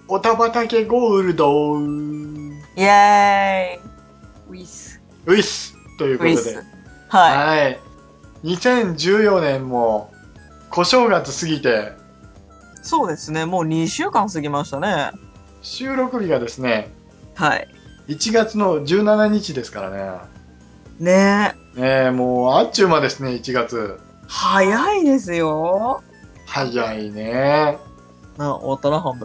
おたばたけゴールドイエーイ。 ウィス。 ウィスということで。 はい。 はい。2014年も小正月過ぎて、 そうですね。もう2週間過ぎましたね。 収録日がですね、 はい。 1月の17日ですからね。 ねえ。 ねえ、もうあっちゅう間ですね、1月。 早いですよ。 早いね。 終わったな、半分。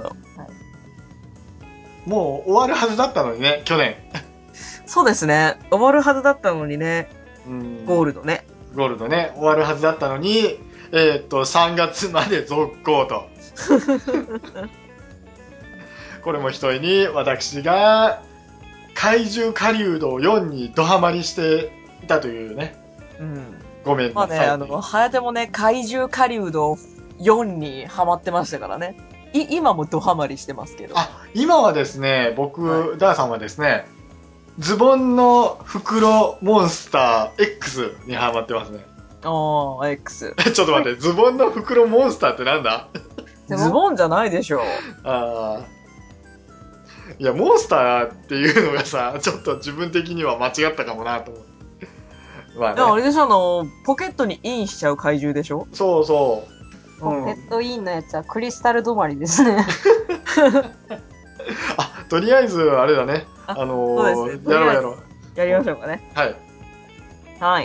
もう終わるはずだったのにね、去年。 そうですね。終わるはずだったのにね。ゴール。 ルドね。 ゴールドね、終わるはずだったのに、3月まで続行と。これも一重に私が怪獣狩人4にドハマりしていたというね。 うん。 ごめんなさい。 はやてもね、怪獣狩人4にハマってましたからね。今もドハマりしてますけど。 今はですね、僕、 はいダーさんはですね、ズボンの袋モンスター X にハマってますね。 X。 ちょっと待って、ズボンの袋モンスターってなんだ？ ズボンじゃないでしょう。 いや、モンスターっていうのがさ、ちょっと自分的には間違ったかもなと思って。まあね。 あれでしょ、ポケットにインしちゃう怪獣でしょ？ そうそう。 ポケットインのやつはクリスタル止まりですね。 とりあえず、あれだね。 そうですね。 やろうやろう。 やりましょうかね。 はい。 はい、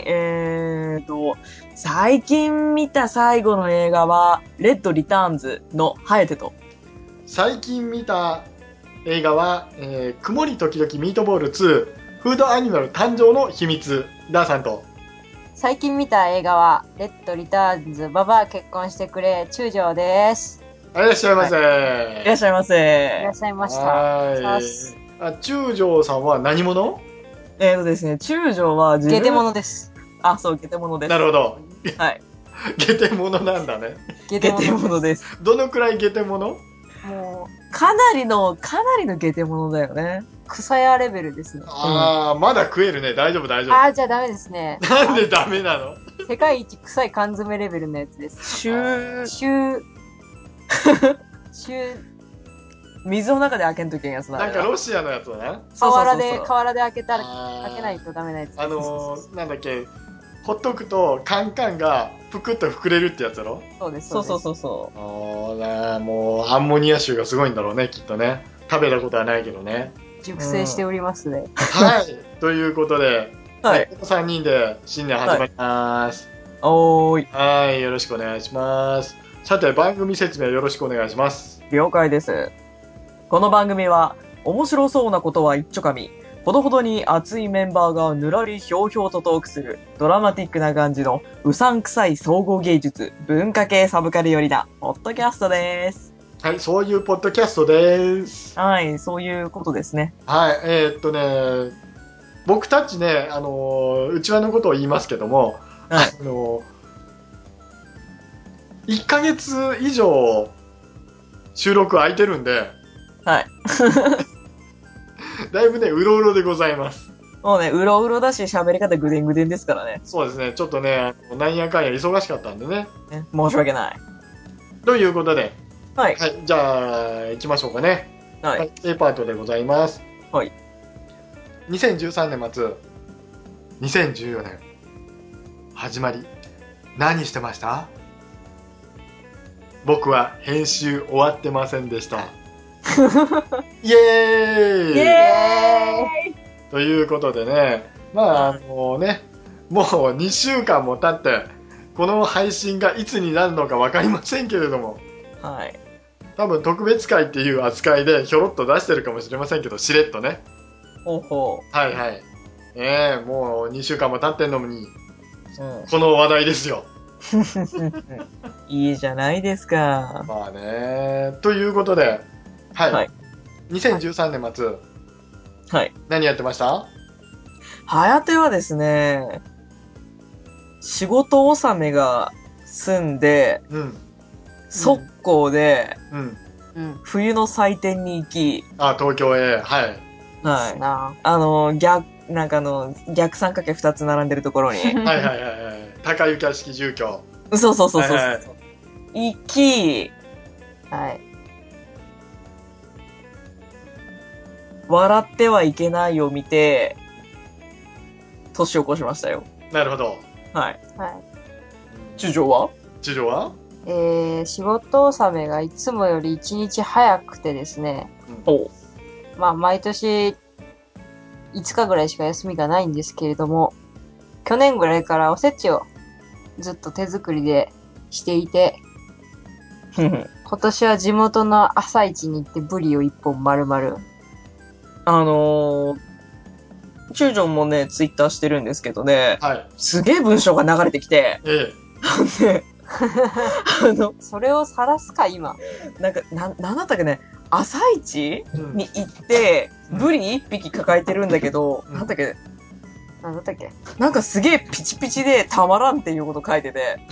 最近見た最後の映画は、レッドリターンズのハエテと。 最近見た映画は、曇り時々ミートボール2、フードアニマル誕生の秘密、ダーさんと。 最近見た映画は、レッドリターンズ、ババア結婚してくれ、中条です。 いらっしゃいませ。 いらっしゃいませ。 いらっしゃいました。 はい。中条さんは何者？ ですね、中条はゲテモノです。 そう、ゲテモノです。 なるほど。 はい。 ゲテモノなんだね。 ゲテモノです。 どのくらいゲテモノ？ もう、 かなりのゲテモノだよね。 草屋レベルですね。 まだ食えるね。大丈夫、大丈夫。 じゃあダメですね。 なんでダメなの？ 世界一臭い缶詰レベルのやつです。 水の中で開けんといけんやつなんかロシアのやつだな。 河原で開けないとダメなやつです。 なんだっけ、ほっとくとカンカンがぷくっと膨れるってやつだろ？ そうです。 そう。 もうアンモニア臭がすごいんだろうね、きっとね。食べたことはないけどね。 熟成しておりますね。 はい。ということで、 はい。 3人で新年始まります。 おーい。 はい。よろしくお願いします。さて、番組説明よろしくお願いします。 了解です。この番組は、面白そうなことは一丁紙、ほどほどに熱いメンバーがぬらりひょうひょうとトークする、ドラマティックな感じの、うさんくさい総合芸術、文化系サブカル寄りな、ポッドキャストです。 はい、そういうポッドキャストです。 はい、そういうことですね。 はい、僕たちね、うちわのことを言いますけども、 はい。 1ヶ月以上収録空いてるんで、 はい。 だいぶね、うろうろでございます。 もうね、うろうろだし喋り方ぐでんぐでんですからね。 そうですね、ちょっとね、なんやかんや忙しかったんでね。 申し訳ない。とということで、 はい。 はい、じゃあ、行きましょうかね。 はい。 A パートでございます。 はい。 2013年末、2014年、始まり、何してました？僕は編集終わってませんでした。イエーイ！ イエーイ！ ということでね、まあ、もう2週間も経って、この配信がいつになるのか分かりませんけれども、 はい。 多分特別会っていう扱いでひょろっと出してるかもしれませんけど、しれっとね。 ほうほはいはい。もう2週間も経ってんのに、 う。 この話題ですよ。 いいじゃないですか。 まあね。ということで、はい。 はい。 2013年末、 はい。 何やってました？ はやてはですね、仕事納めが済んで、速攻で、冬の祭典に行き、 東京へ、はい。 はい。逆三角形2つ並んでるところに。 はいはいはいはい。高床式住居。 そう。 はいはい、 行き、 はい。 笑ってはいけないを見て、年を越しましたよ。 なるほど。 はい。 はい。 中条は治療は？ 仕事納めがいつもより1日早くてですね。 おう。 まあ、毎年5日ぐらいしか休みがないんですけれども、去年ぐらいからおせちをずっと手作りでしていて、 ふんふん。 今年は地元の朝市に行ってブリを1本丸々。 中条もね、ツイッターしてるんですけどね、 はい。 すげえ文章が流れてきて、 えでそれを晒すか、今。 なんだったっけね、朝市うんに行って、 うんブリ一匹抱えてるんだけど、 うんなんだっけ、 なんだったっけ。 なんかすげえピチピチでたまらんっていうこと書いてて、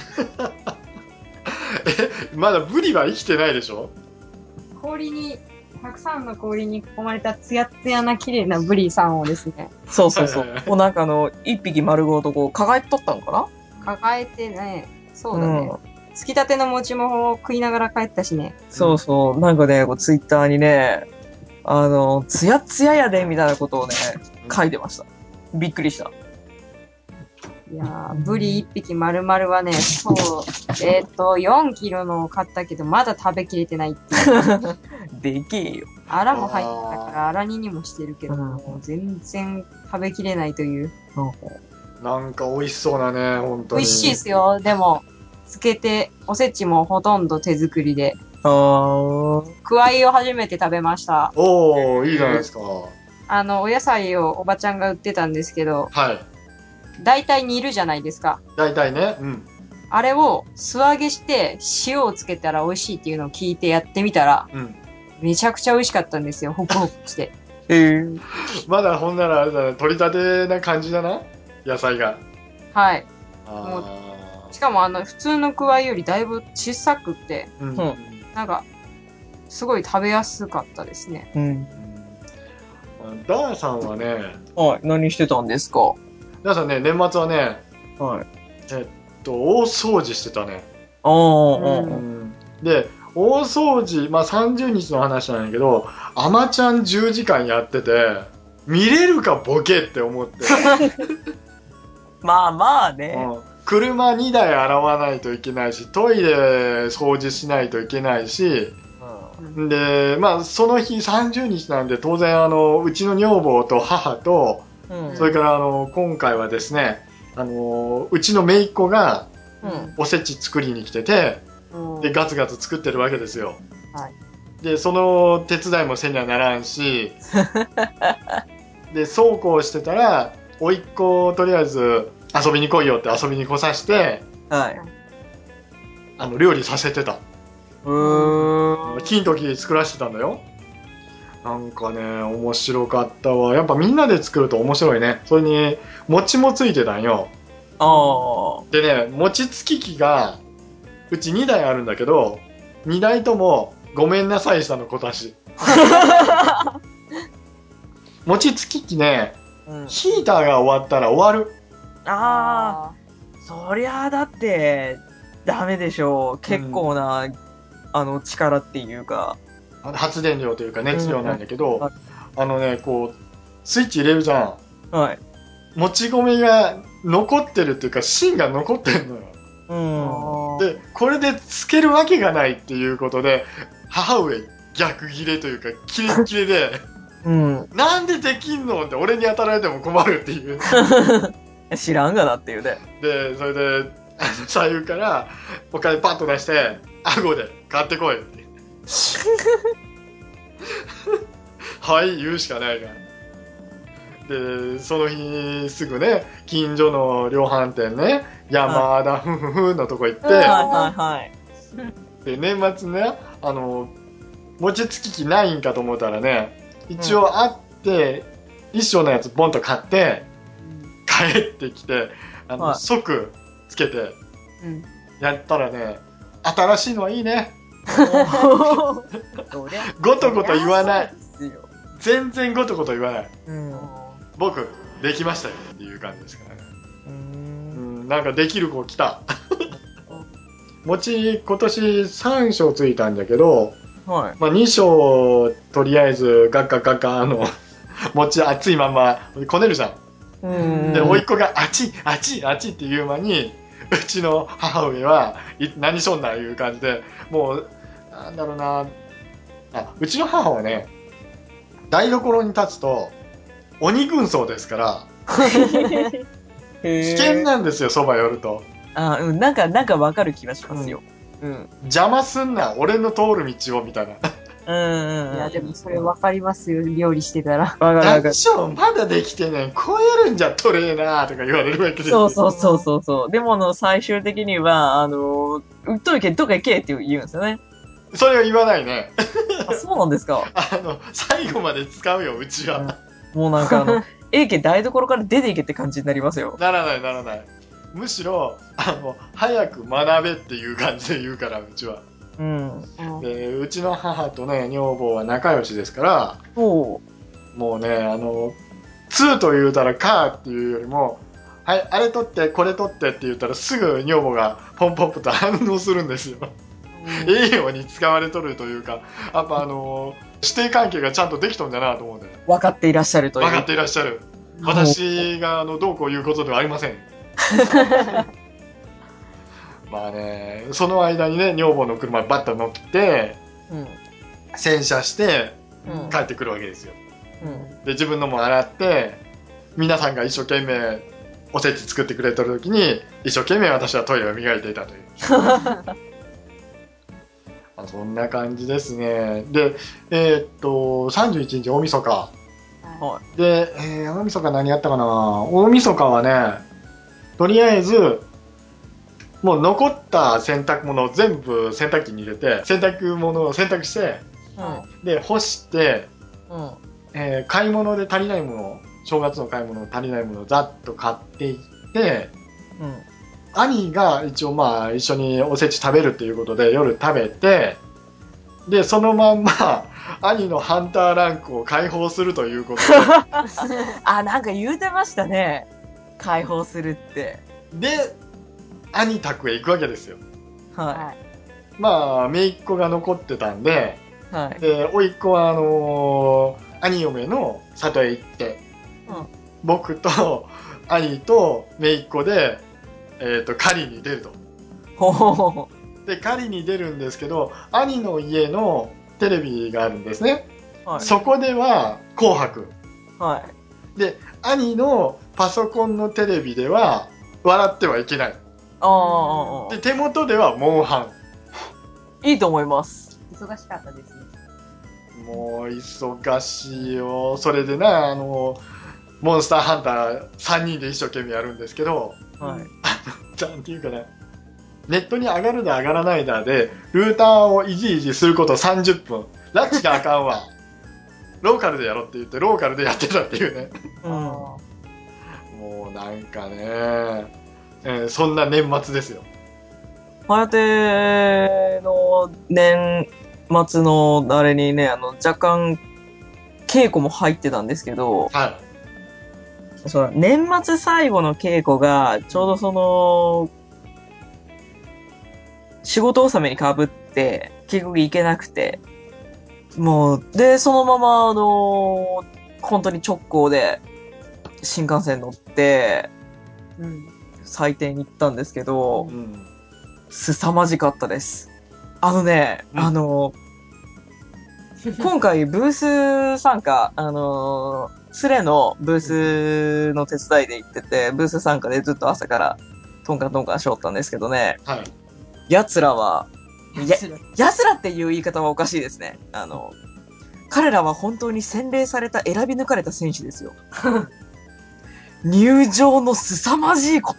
まだブリは生きてないでしょ？ 氷に、たくさんの氷に囲まれたツヤツヤな綺麗なブリさんをですね、 そうそうそう。 はいはいはいもうなんか一匹丸ごとこう抱えとったのかな。 抱えてね、そうだね。つきたての餅も食いながら帰ったしね。 そうそう。なんかね、こうツイッターにね、ツヤツヤやで、みたいなことをね、書いてました。びっくりした。 いやー、ブリ1匹丸々はね、そう、4キロのを買ったけど、まだ食べきれてないっていう。 でけえよ。 アラも入ってたから、アラ煮にもしてるけど、 うんもう全然食べきれないという。 なんか美味しそうだね、本当に。 美味しいですよ。でも、つけて、おせちもほとんど手作りで。くわいを初めて食べました。 おー、いいじゃないですか。 お野菜をおばちゃんが売ってたんですけど、 はい。 大体煮るじゃないですか。 大体ね。うん。 あれを素揚げして塩をつけたら美味しいっていうのを聞いてやってみたら、 うん。 めちゃくちゃ美味しかったんですよ。ホクホクして。 まだほんならあれだね、取り立てな感じだな、野菜が。 はい。 あしかも普通のくわいよりだいぶ小さくって、 ー。うん。 うんなんか、すごい食べやすかったですね。 ダーさんはね、 はい。何してたんですか？ ダーさんね、年末はね、 はい。 大掃除してたね。 ああ、 で、大掃除、まあ30日の話なんやけど、アマちゃん10時間やってて、見れるかボケって思って。 まあまあね。 車2台洗わないといけないし、トイレ掃除しないといけないし、で、まあその日30日なんで当然うちの女房と母と、それから今回はですね、うちの姪っ子がおせち作りに来てて、でガツガツ作ってるわけですよ。 はい、 でその手伝いもせにはならんしでそうこうしてたら甥っ子をとりあえず遊びに来いよって遊びに来さして、 はい。 料理させてた。金時作らせてたんだよ。なんかね面白かったわ。やっぱみんなで作ると面白いね。それに餅もついてたんよ。でね、餅つき機がうち2台あるんだけど、2台ともごめんなさいしたの今年。餅つき機ね、ヒーターが終わったら終わる。 ああ、そりゃあだってダメでしょう。結構な、力っていうか発電量というか熱量なんだけど、こうスイッチ入れるじゃん。 はい。 もち米が残ってるっていうか芯が残ってるのよ。でこれでつけるわけがないっていうことで母上逆切れというかキレッキレで、なんでできんのって俺に当たられても困るっていう知らんがなっていうね。 でそれで財布からお金パッと出して顎で買ってこいってはい言うしかないから。でその日すぐね近所の量販店ね山田ふふふのとこ行って、で年末ね餅つき機ないんかと思ったらね一応あって、一升のやつボンと買って帰ってきて即つけてやったらね新しいのはいいね。ごとごと言わない。全然ごとごと言わない。僕できましたよっていう感じですからね。なんかできる子来た。餅今年3升ついたんだけど、まあ、2升とりあえずガッガッガッガ餅熱いまんまこねるじゃん。で、甥っ子があちって言う間に、うちの母上は、何しょんないう感じで、もう、なんだろうな、うちの母はね、台所に立つと、鬼軍曹ですから、危険なんですよ、そば寄ると。 なんかわかる気がしますよ。 邪魔すんな、俺の通る道を、みたいな。 いや、でもそれわかりますよ、料理してたら。 大丈夫、まだできてね、超えるんじゃトレーナーとか言われるわけですよ。 そう。でも最終的には、どっか行けって言うんですよね。 それは言わないね。 そうなんですか。 最後まで使うよ、うちは。 もうなんか家台所から出ていけって感じになりますよ。 ならない。むしろ、早く学べっていう感じで言うから、うちは。で、うちの母とね、女房は仲良しですから、もうね、2と言うたらカーっていうよりも、はい、あれ取って、これ取ってって言ったらすぐ女房がポンポンと反応するんですよ。栄養に使われとるというか、やっぱ師弟関係がちゃんとできとんだなと思うんで。 分かっていらっしゃるという。 分かっていらっしゃる。私がどうこう言うことではありません。まあね、その間にね、女房の車バッと乗って、洗車して帰ってくるわけですよ。で、自分のも洗って、皆さんが一生懸命おせち作ってくれてる時に、一生懸命私はトイレを磨いていたという。そんな感じですね。で、31日大晦日。で、大晦日何やったかな。大晦日はね、とりあえず、もう残った洗濯物を全部洗濯機に入れて、洗濯物を洗濯して、で、干して、買い物で足りないもの、正月の買い物で足りないものをざっと買っていって、兄が一応一緒におせち食べるっていうことで夜食べて、で、そのまんま兄のハンターランクを解放するということで。 なんか言うてましたね。解放するって。 で、兄宅へ行くわけですよ。 はい。 姪っ子が残ってたんで、 はい。 で、甥っ子は兄嫁の里へ行って、僕と兄と姪っ子で、狩りに出ると。で、狩りに出るんですけど、兄の家のテレビがあるんですね。そこでは紅白。で、兄のパソコンのテレビでは笑ってはいけない。で、手元ではモンハン。いいと思います。 忙しかったですね。 もう忙しいよ。それでね、モンスターハンター3人で一生懸命やるんですけど、なんていうかな、ネットに上がるだ上がらないだで、ルーターをいじいじすること30分。ラッチがあかんわ。ローカルでやろうって言って、ローカルでやってたっていうね。もうなんかね、そんな年末ですよ。 はやての年末のあれにね、若干稽古も入ってたんですけど、その年末最後の稽古がちょうどその仕事納めに被って結局行けなくて、もうでそのまま本当に直行で新幹線乗って、採点に行ったんですけど、凄まじかったです。今回ブース参加、スレのブースの手伝いで行ってて、ブース参加でずっと朝からトンカンしょったんですけどね。奴らっていう言い方はおかしいですね。彼らは本当に洗練された選び抜かれた選手ですよ。入場の凄まじいこと。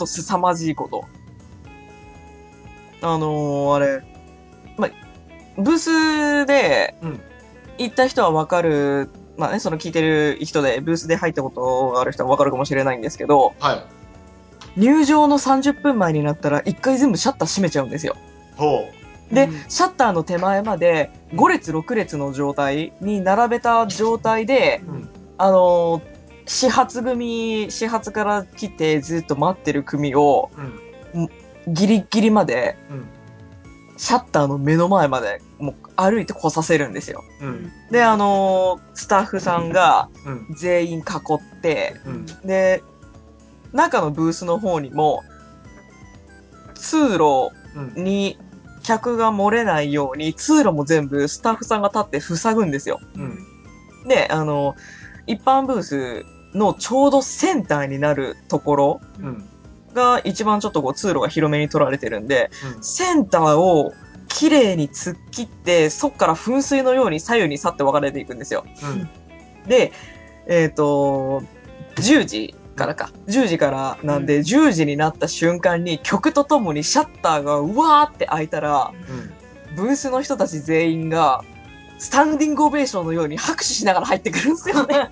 あれ、ブースで行った人はわかる、その聞いてる人でブースで入ったことがある人はわかるかもしれないんですけど、入場の30分前になったら一回全部シャッター閉めちゃうんですよ。で、シャッターの手前まで5列6列の状態に並べた状態で、始発から来てずっと待ってる組を、ギリギリまで、 シャッターの目の前までもう歩いて来させるんですよ。 うん。 で、スタッフさんがうん。 全員囲って、 うん。 で、中のブースの方にも、通路うん。 に客が漏れないように、通路も全部スタッフさんが立って塞ぐんですよ。 うん。 で、一般ブースのちょうどセンターになるところうん。 が一番ちょっとこう通路が広めに取られてるんで、 うん。 センターを綺麗に突っ切って、そっから噴水のように左右に去って分かれていくんですよ。 うん。 で、10時からか。10時からなんで、10時になった瞬間に曲とともにシャッターがうわーって開いたら、 うん。 ブースの人たち全員が、スタンディングオベーションのように拍手しながら入ってくるんですよね。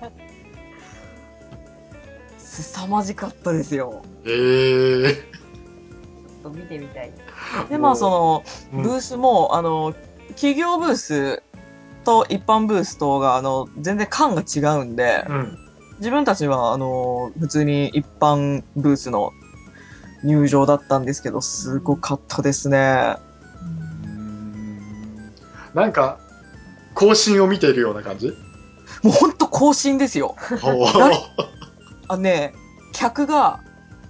凄まじかったですよ。 ちょっと見てみたい。 で、まあその、 うんブースも、企業ブースと一般ブースとが、全然感が違うんで、 うん。 自分たちは、普通に一般ブースの入場だったんですけど、すごかったですね。 なんか、更新を見ているような感じ。 もうほんと更新ですよ。 ほう。 客が、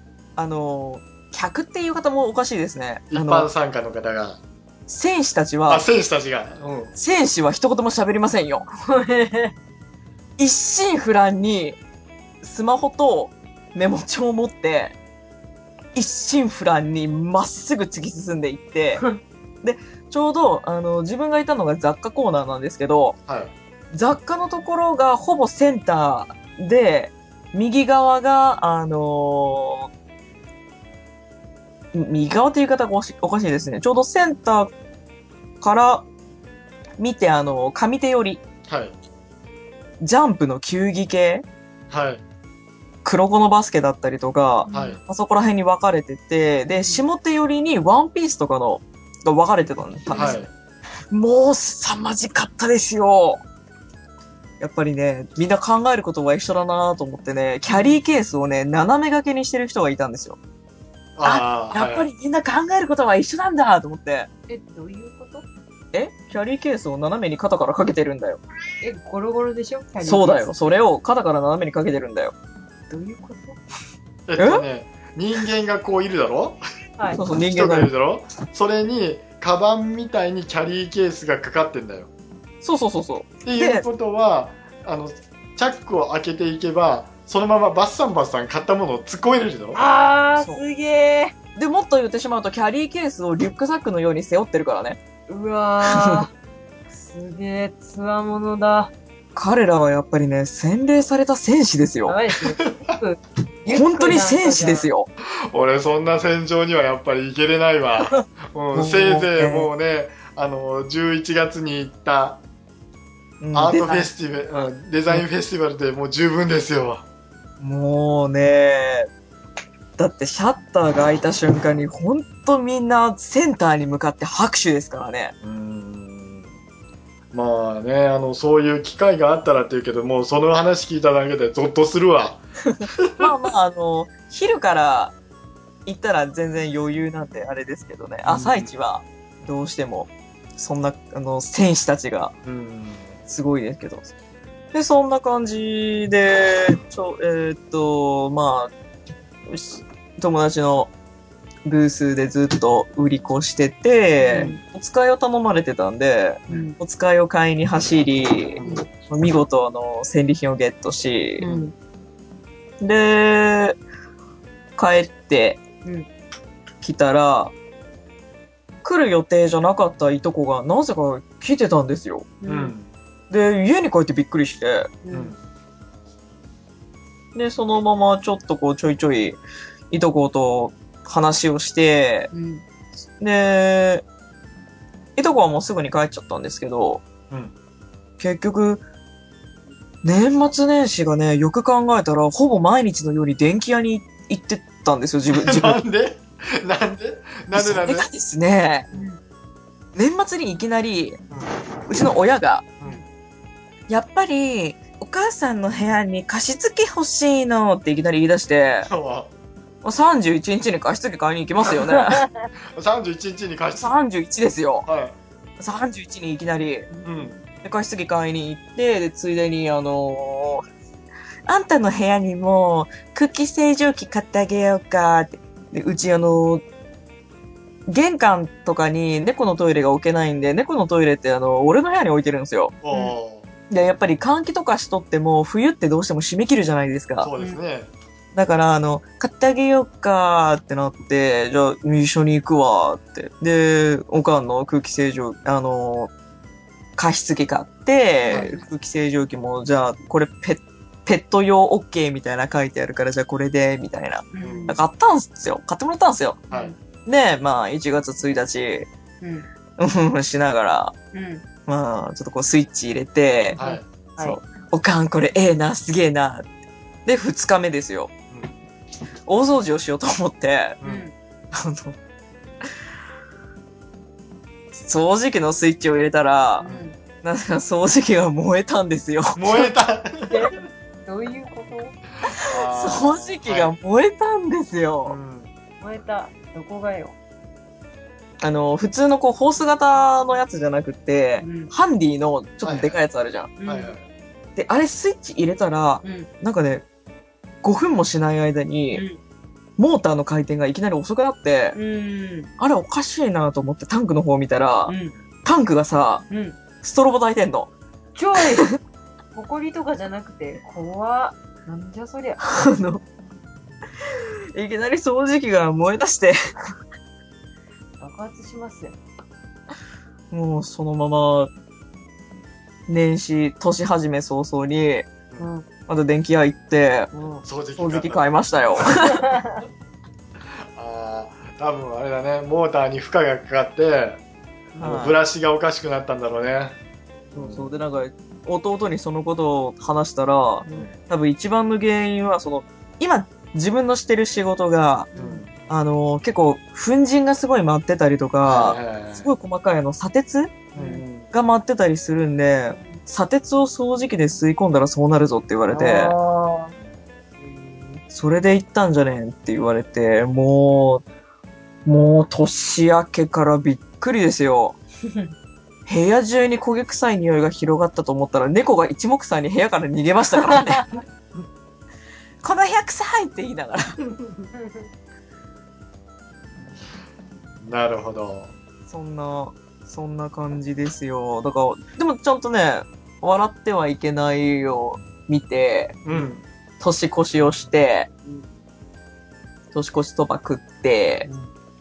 客っていう方もおかしいですね。 一般参加の方が。 選手たちは、 選手たちが。 選手は一言も喋りませんよ。一心不乱に、スマホとメモ帳を持って、一心不乱にまっすぐ突き進んでいって、で、ちょうど、自分がいたのが雑貨コーナーなんですけど、 はい。 雑貨のところがほぼセンターで、右側が、右側という言い方がおかしいですね。ちょうどセンターから見て、上手寄り、 はい。 ジャンプの球技系、 はい。 黒子のバスケだったりとか、 はい。 そこら辺に分かれてて、で、下手寄りにワンピースとかの、が分かれてたんですよ。 はい。 もう、凄まじかったですよ。やっぱりね、みんな考えることは一緒だなと思ってね、キャリーケースをね、斜め掛けにしてる人がいたんですよ。やっぱりみんな考えることは一緒なんだと思って。 どういうこと？ キャリーケースを斜めに肩からかけてるんだよ。 ゴロゴロでしょ？キャリーケース。 そうだよ。それを肩から斜めにかけてるんだよ。 どういうこと？ 人間がこういるだろ？ はい。 そうそう、人人間ががいるだろ？それに、カバンみたいにキャリーケースがかかってんだよ。 そうそうそうそう。 っていうことは、チャックを開けていけば、そのままバッサンバッサン買ったものを突っ込めれるだろ？ そうすげえ。 で、もっと言ってしまうと、キャリーケースをリュックサックのように背負ってるからね。 うわー。すげえ、つわものだ。 彼らはやっぱりね、洗礼された戦士ですよ。 やばいですよ。 本当に戦士ですよ。 俺、そんな戦場にはやっぱり行けれないわ。せいぜいもうね、11月に行ったアートフェスティバル、デザインフェスティバルでもう十分ですよ。 もうね、だってシャッターが開いた瞬間にほんとみんなセンターに向かって拍手ですからね。 まあね、そういう機会があったらって言うけど、もうその話聞いただけでゾッとするわ。 まあまあ昼から行ったら全然余裕なんであれですけどね、朝一はどうしても、そんな、戦士たちが、すごいですけど。で、そんな感じで、まあ、友達のブースでずっと売り子してて、お使いを頼まれてたんで、お使いを買いに走り、見事戦利品をゲットし、で、帰ってきたら、来る予定じゃなかったいとこがなぜか来てたんですよ。で、家に帰ってびっくりして、で、そのままちょっとこうちょいちょいいとこと話をして、で、いとこはもうすぐに帰っちゃったんですけど、結局、年末年始がね、よく考えたら、ほぼ毎日のように電気屋に行ってたんですよ、自分。 なんでそれがですね、年末にいきなり、うちの親が、やっぱり、お母さんの部屋に加湿器欲しいのっていきなり言い出して、 31日に加湿器買いに行きますよね。 31日に加湿器。 31ですよ。 はい。 31にいきなり。 うん。 で、加湿器買いに行って、で、ついでに、あんたの部屋にも、空気清浄機買ってあげようかって。で、うち玄関とかに猫のトイレが置けないんで、猫のトイレって俺の部屋に置いてるんですよ。 おー。 で、やっぱり換気とかしとっても、冬ってどうしても締め切るじゃないですか。 そうですね。 だから、買ってあげようかってなって、じゃあ、一緒に行くわって。で、おかんの空気清浄、加湿器買って、空気清浄機も、じゃあ、これペット用 OK みたいな書いてあるから、じゃあこれで、みたいな。買ったんすよ。買ってもらったんすよ。 はい。 で、まあ、1月1日、しながら、まあ、ちょっとこうスイッチ入れて、 はい。 そう。おかんこれええな、すげえな。で、2日目ですよ。大掃除をしようと思って、掃除機のスイッチを入れたら、なんか掃除機が燃えたんですよ。 燃えたどういうこと掃除機が燃えたんですよ。 燃えた。どこがよ。 普通のこう、ホース型のやつじゃなくて、ハンディのちょっとでかいやつあるじゃん。で、あれスイッチ入れたら、なんかね、5分もしない間に、モーターの回転がいきなり遅くなって、あれおかしいなと思ってタンクの方を見たら、タンクがさ、ストロボ焚いてんの。 ちょい埃とかじゃなくて、怖っ。なんじゃそりゃ。 いきなり掃除機が燃え出して、 爆発しますよ。 もうそのまま、年始め早々に、また電気屋行って、掃除機買いましたよ。 多分あれだね、モーターに負荷がかかって、ブラシがおかしくなったんだろうね。 そうで、なんか、弟にそのことを話したら、多分一番の原因は、今、自分のしてる仕事が、結構、粉塵がすごい舞ってたりとか、すごい細かい砂鉄が舞ってたりするんで、砂鉄を掃除機で吸い込んだらそうなるぞって言われて、それで行ったんじゃねえって言われて、もう年明けからびっくりですよ。部屋中に焦げ臭い匂いが広がったと思ったら、猫が一目散に部屋から逃げましたからね。この部屋臭いって言いながら。 なるほど。 そんな感じですよ。だから、でもちゃんとね、笑ってはいけないを見て、年越しをして、年越しそば食って、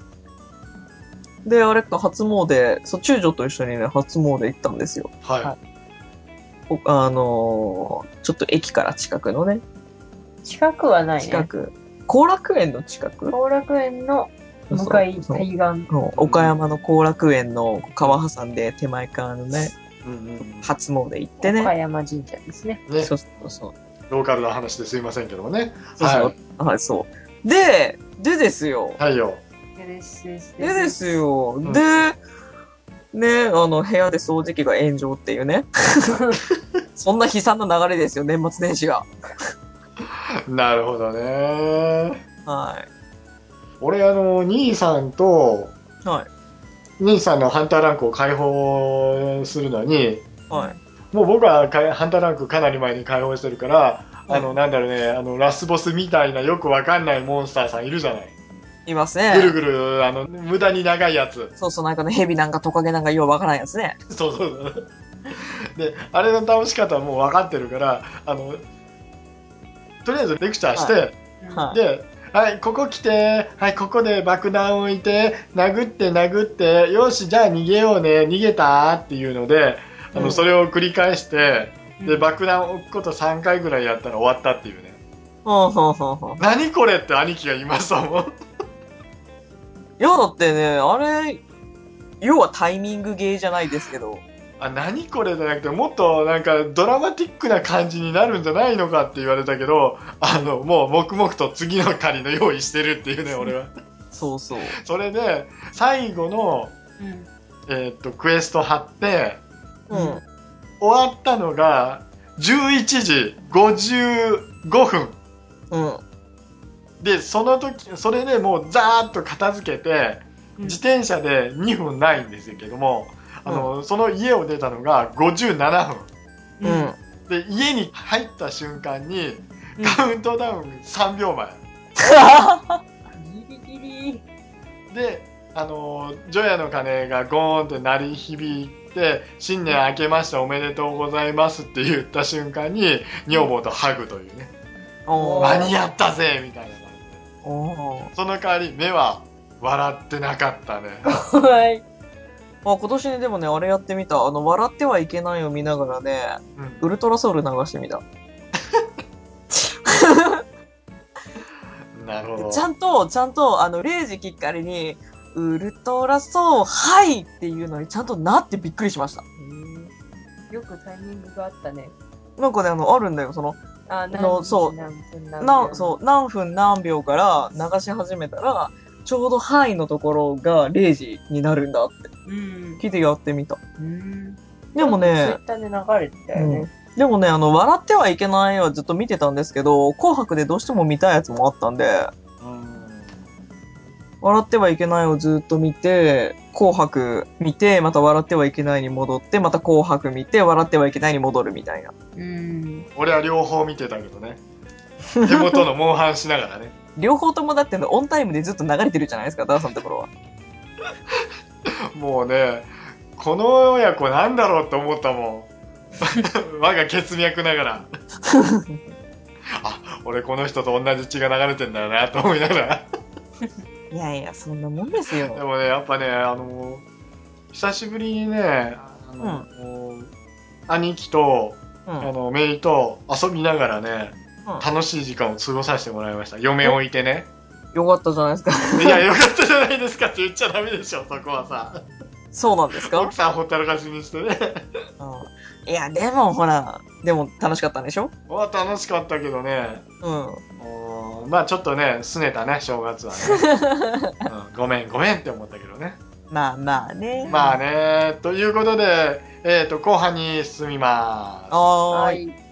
で、あれか、初詣、中女と一緒にね、初詣行ったんですよ。 はい。 ちょっと駅から近くのね。 近くはないね。 近く。後楽園の近く？ 後楽園の向かい対岸。 岡山の後楽園の川挟んで手前側のね、初詣行ってね。 岡山神社ですね。 そう。 ローカルな話ですいませんけどもね。 はい、そう。でですよ。 はいよ。 でですよ。で、ね、部屋で掃除機が炎上っていうね。そんな悲惨な流れですよ、年末年始が。 なるほどね。 はい。 俺、兄さんと、兄さんのハンターランクを解放するのに、もう僕はハンターランクかなり前に解放してるから、なんだろうね、ラスボスみたいなよくわかんないモンスターさんいるじゃない。 いますね。 ぐるぐる、無駄に長いやつ。 そう、なんかね、蛇なんかトカゲなんかようわからんやつね。 そう。で、あれの倒し方はもう分かってるから、とりあえずレクチャーして、で、はい、ここ来て、はい、ここで爆弾を置いて、殴って、よし、じゃあ逃げようね、逃げたっていうので、それを繰り返して、で、爆弾を置くこと3回ぐらいやったら終わったっていうね。何これって兄貴が言いましたもん。 いや、だってね、あれ、要はタイミングゲーじゃないですけど。 何これじゃなくて、もっとなんかドラマティックな感じになるんじゃないのかって言われたけど、もう黙々と次の狩りの用意してるっていうね、俺は。 そう。 それで、最後の、クエスト貼って、終わったのが、11時55分。 で、その時、それでもうザーッと片付けて、自転車で2分ないんですけども、その家を出たのが57分。 うん。 で、家に入った瞬間に、カウントダウン3秒前。 ギリギリ。 で、除夜の鐘がゴーンって鳴り響いて、新年明けましておめでとうございますって言った瞬間に、女房とハグというね、 お間に合ったぜみたいな感じで。 おその代わり目は笑ってなかったね。 はい。 今年ね、でもね、あれやってみた。笑ってはいけないを見ながらね、ウルトラソウル流してみた。 なるほど。 ちゃんと、0時きっかりに、ウルトラソウ、はいっていうのにちゃんとなってびっくりしました。 よくタイミングがあったね。 なんかね、あるんだよ。そう何分何秒から流し始めたら、ちょうど範囲のところが0時になるんだって。聞いてやってみた。でもね、 ツイッターで流れてたよね。 でもね、笑ってはいけないはずっと見てたんですけど、紅白でどうしても見たいやつもあったんで、笑ってはいけないをずっと見て、紅白見て、また笑ってはいけないに戻って、また紅白見て、笑ってはいけないに戻るみたいな。 俺は両方見てたけどね。手元のモンハンしながらね。 両方ともだってオンタイムでずっと流れてるじゃないですか、ダーさんのところは。 もうね、この親子なんだろうって思ったもん。我が血脈ながら。あ、俺この人と同じ血が流れてんだよなと思いながら。 いやいや、そんなもんですよ。 でもね、やっぱね、久しぶりにね、兄貴と、姪と遊びながらね、楽しい時間を過ごさせてもらいました。嫁を置いてね。 よかったじゃないですか。 いや、よかったじゃないですかって言っちゃダメでしょ、そこはさ。 そうなんですか？ 奥さんほったらかしにしてね。 いや、でもほら、でも楽しかったんでしょ？ 楽しかったけどね。まあちょっとね、拗ねたね、正月はね。ごめんって思ったけどね。 まあまあね。 まあね、ということで、後半に進みます。 はーい。